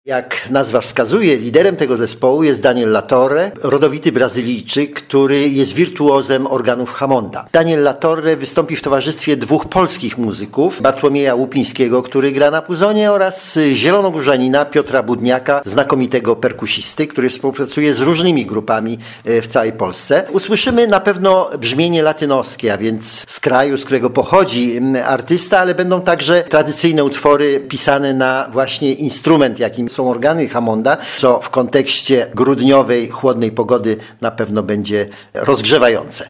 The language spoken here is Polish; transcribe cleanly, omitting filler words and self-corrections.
Jak nazwa wskazuje, liderem tego zespołu jest Daniel Latorre, rodowity Brazylijczyk, który jest wirtuozem organów Hammonda. Daniel Latorre wystąpi w towarzystwie dwóch polskich muzyków, Bartłomieja Łupińskiego, który gra na puzonie, oraz zielonogórzanina Piotra Budniaka, znakomitego perkusisty, który współpracuje z różnymi grupami w całej Polsce. Usłyszymy na pewno brzmienie latynoskie, a więc z kraju, z którego pochodzi artysta, ale będą także tradycyjne utwory pisane na właśnie instrument, jakim są organy Hammonda, co w kontekście grudniowej, chłodnej pogody na pewno będzie rozgrzewające.